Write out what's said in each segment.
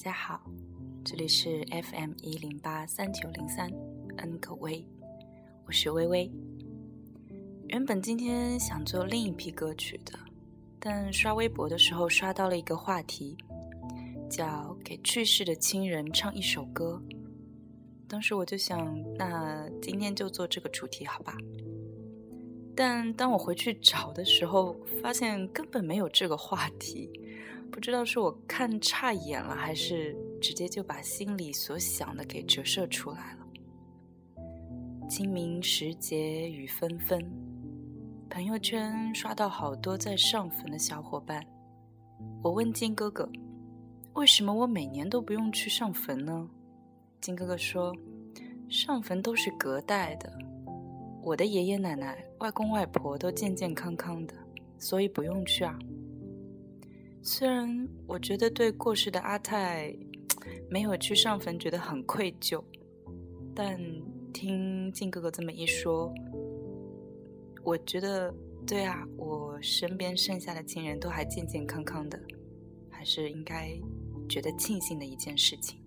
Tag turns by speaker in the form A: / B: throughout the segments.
A: 家好，这里是 FM1083903 N 口微，我是微微。原本今天想做另一批歌曲的，但刷微博的时候刷到了一个话题，叫给去世的亲人唱一首歌。当时我就想，那今天就做这个主题好吧。但当我回去找的时候，发现根本没有这个话题，不知道是我看差眼了，还是直接就把心里所想的给折射出来了。清明时节雨纷纷，朋友圈刷到好多在上坟的小伙伴。我问金哥哥，为什么我每年都不用去上坟呢？金哥哥说，上坟都是隔代的，我的爷爷奶奶、外公外婆都健健康康的，所以不用去啊。虽然我觉得对过世的阿泰没有去上坟觉得很愧疚，但听静哥哥这么一说，我觉得对啊，我身边剩下的亲人都还健健康康的，还是应该觉得庆幸的一件事情。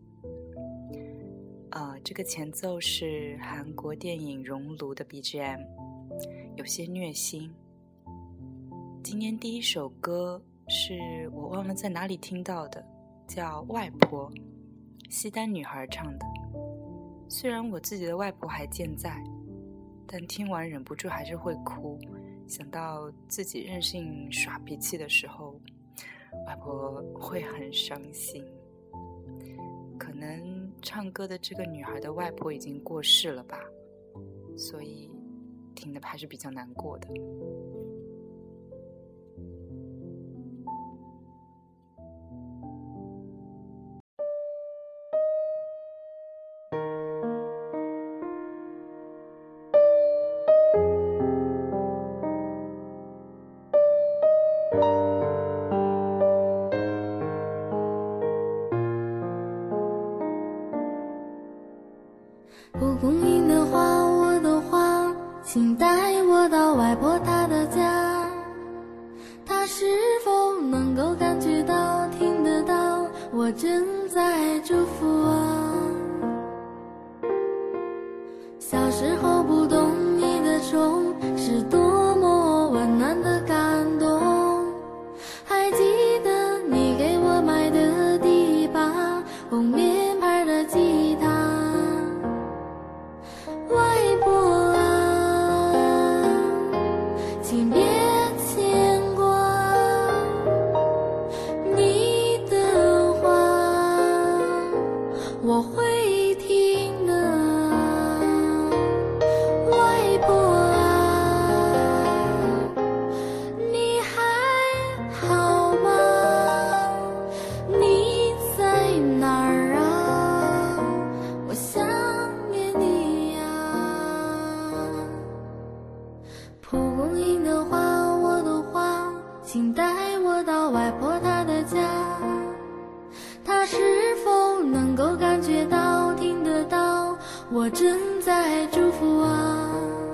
A: 这个前奏是韩国电影《熔炉》的 BGM， 有些虐心。今天第一首歌是我忘了在哪里听到的，叫《外婆》，西单女孩唱的。虽然我自己的外婆还健在，但听完忍不住还是会哭，想到自己任性耍脾气的时候，外婆会很伤心。可能唱歌的这个女孩的外婆已经过世了吧，所以听得还是比较难过的。
B: 蒲公英的花，我的花，请带我到外婆她的家。她是否能够感觉到、听得到我正在祝福啊？小时候不懂你的宠是多么温暖的感动，还记得你给我买的第一把红面牌的吉他。外婆啊，请别牵挂，你的话我会听的。外婆啊，你还好吗？你在哪儿啊？我想念你呀。蒲公英的花，我的花，请带我到外婆她的家。她是否能够感觉到、听得到我正在祝福啊？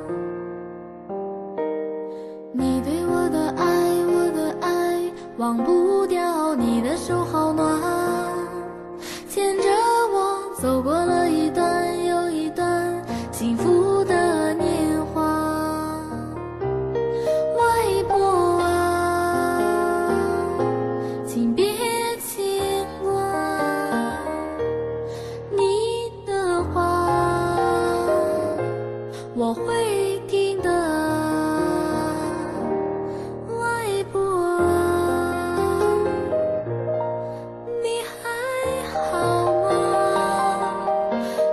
B: 你对我的爱，我的爱，忘不掉你的手好暖，牵着我走过了一段又一段幸福的年华。外婆啊，请别牵挂，你的话我会听的。外婆啊，你还好吗？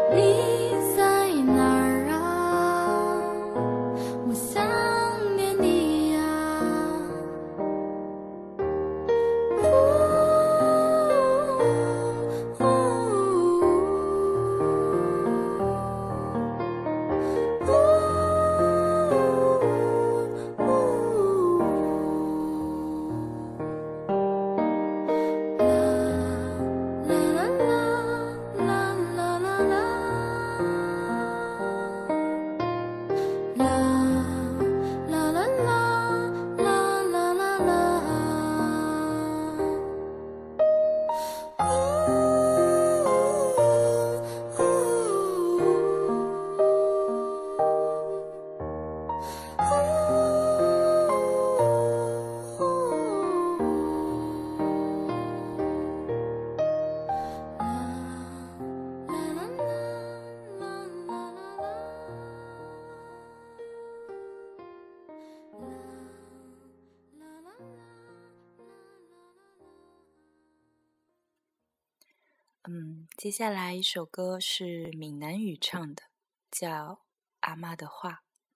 A: 接下来一首歌是闽南语唱的，叫《阿嬷的话》。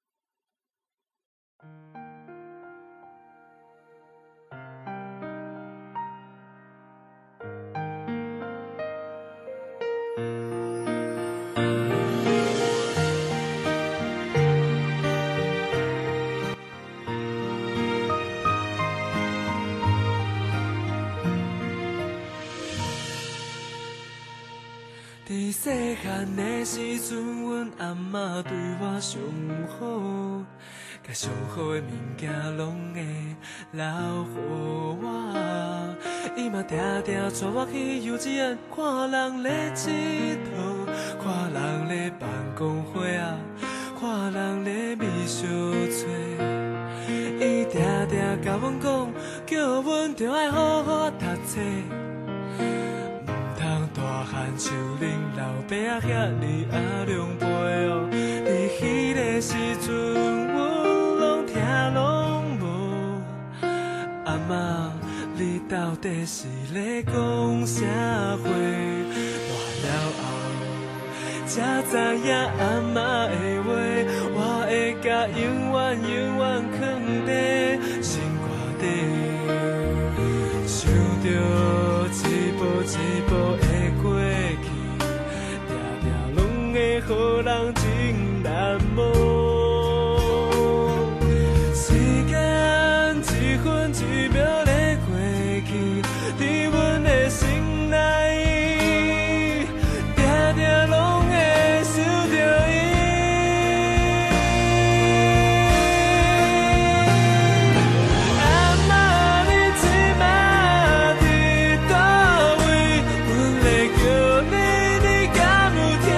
C: 伫细汉的时阵，阮阿嬷对我上好，甲上好的物件拢会留予我。伊嘛定定带我去幼稚园，看人咧佚佗，看人咧办公会啊，看人咧美术册。伊定定甲阮讲，叫阮着爱好好读册。大汉像恁老爸仔遐尼阿凉背哦，伫迄个时阵，阮拢听拢无。阿嬷，你到底是咧讲啥话？大了后，才知影阿嬷的话，我会甲永远永远藏在心肝底，想着一步一步的。好人真难忘，时间一分一秒咧过去，伫阮的心内，定定拢会想着伊。阿嬷，你即马伫倒位？阮咧叫你，你敢有听？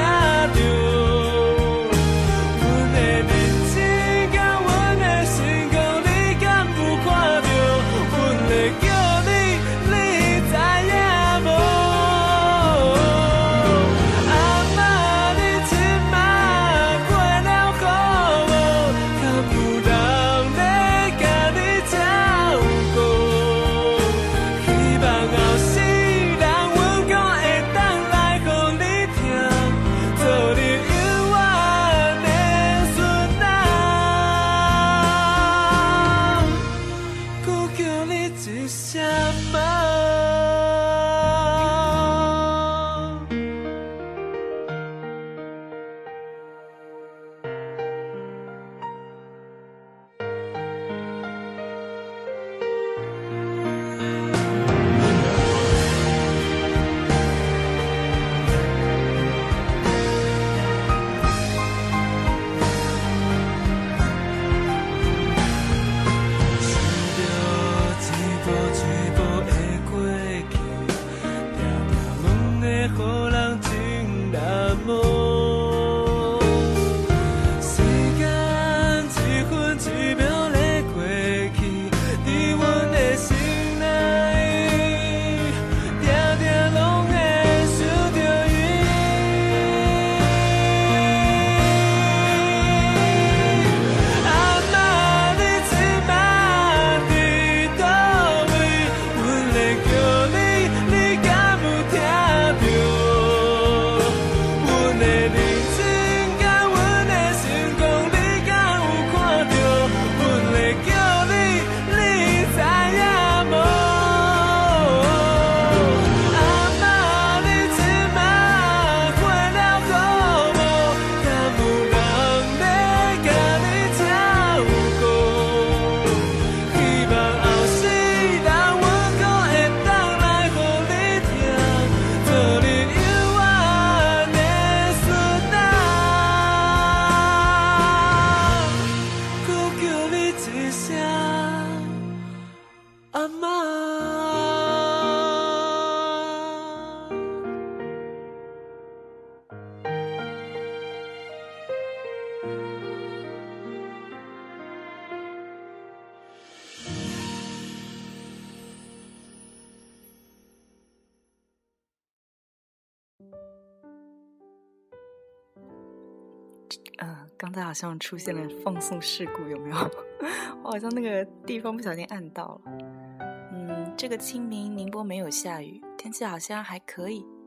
A: 刚才好像出现了放送事故，有没有？我好像那个地方不小心按到了。这个清明宁波没有下雨，天气好像还可以。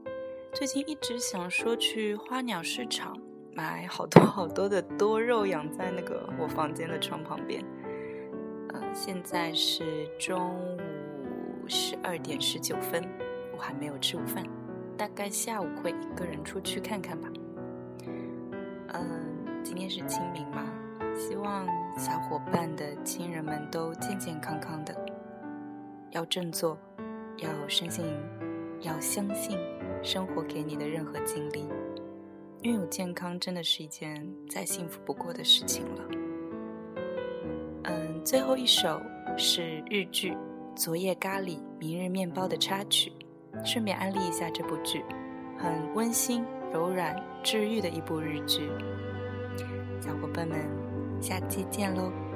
A: 最近一直想说去花鸟市场买好多好多的多肉养在那个我房间的窗旁边。现在是中午12点19分，我还没有吃午饭，大概下午会一个人出去看看吧。今天是清明嘛，希望小伙伴的亲人们都健健康康的，要振作，要相信生活给你的任何经历，拥有健康真的是一件再幸福不过的事情了。最后一首是日剧《昨夜咖喱明日面包》的插曲，顺便安利一下这部剧，很温馨柔软治愈的一部日剧。小伙伴们，下期见喽。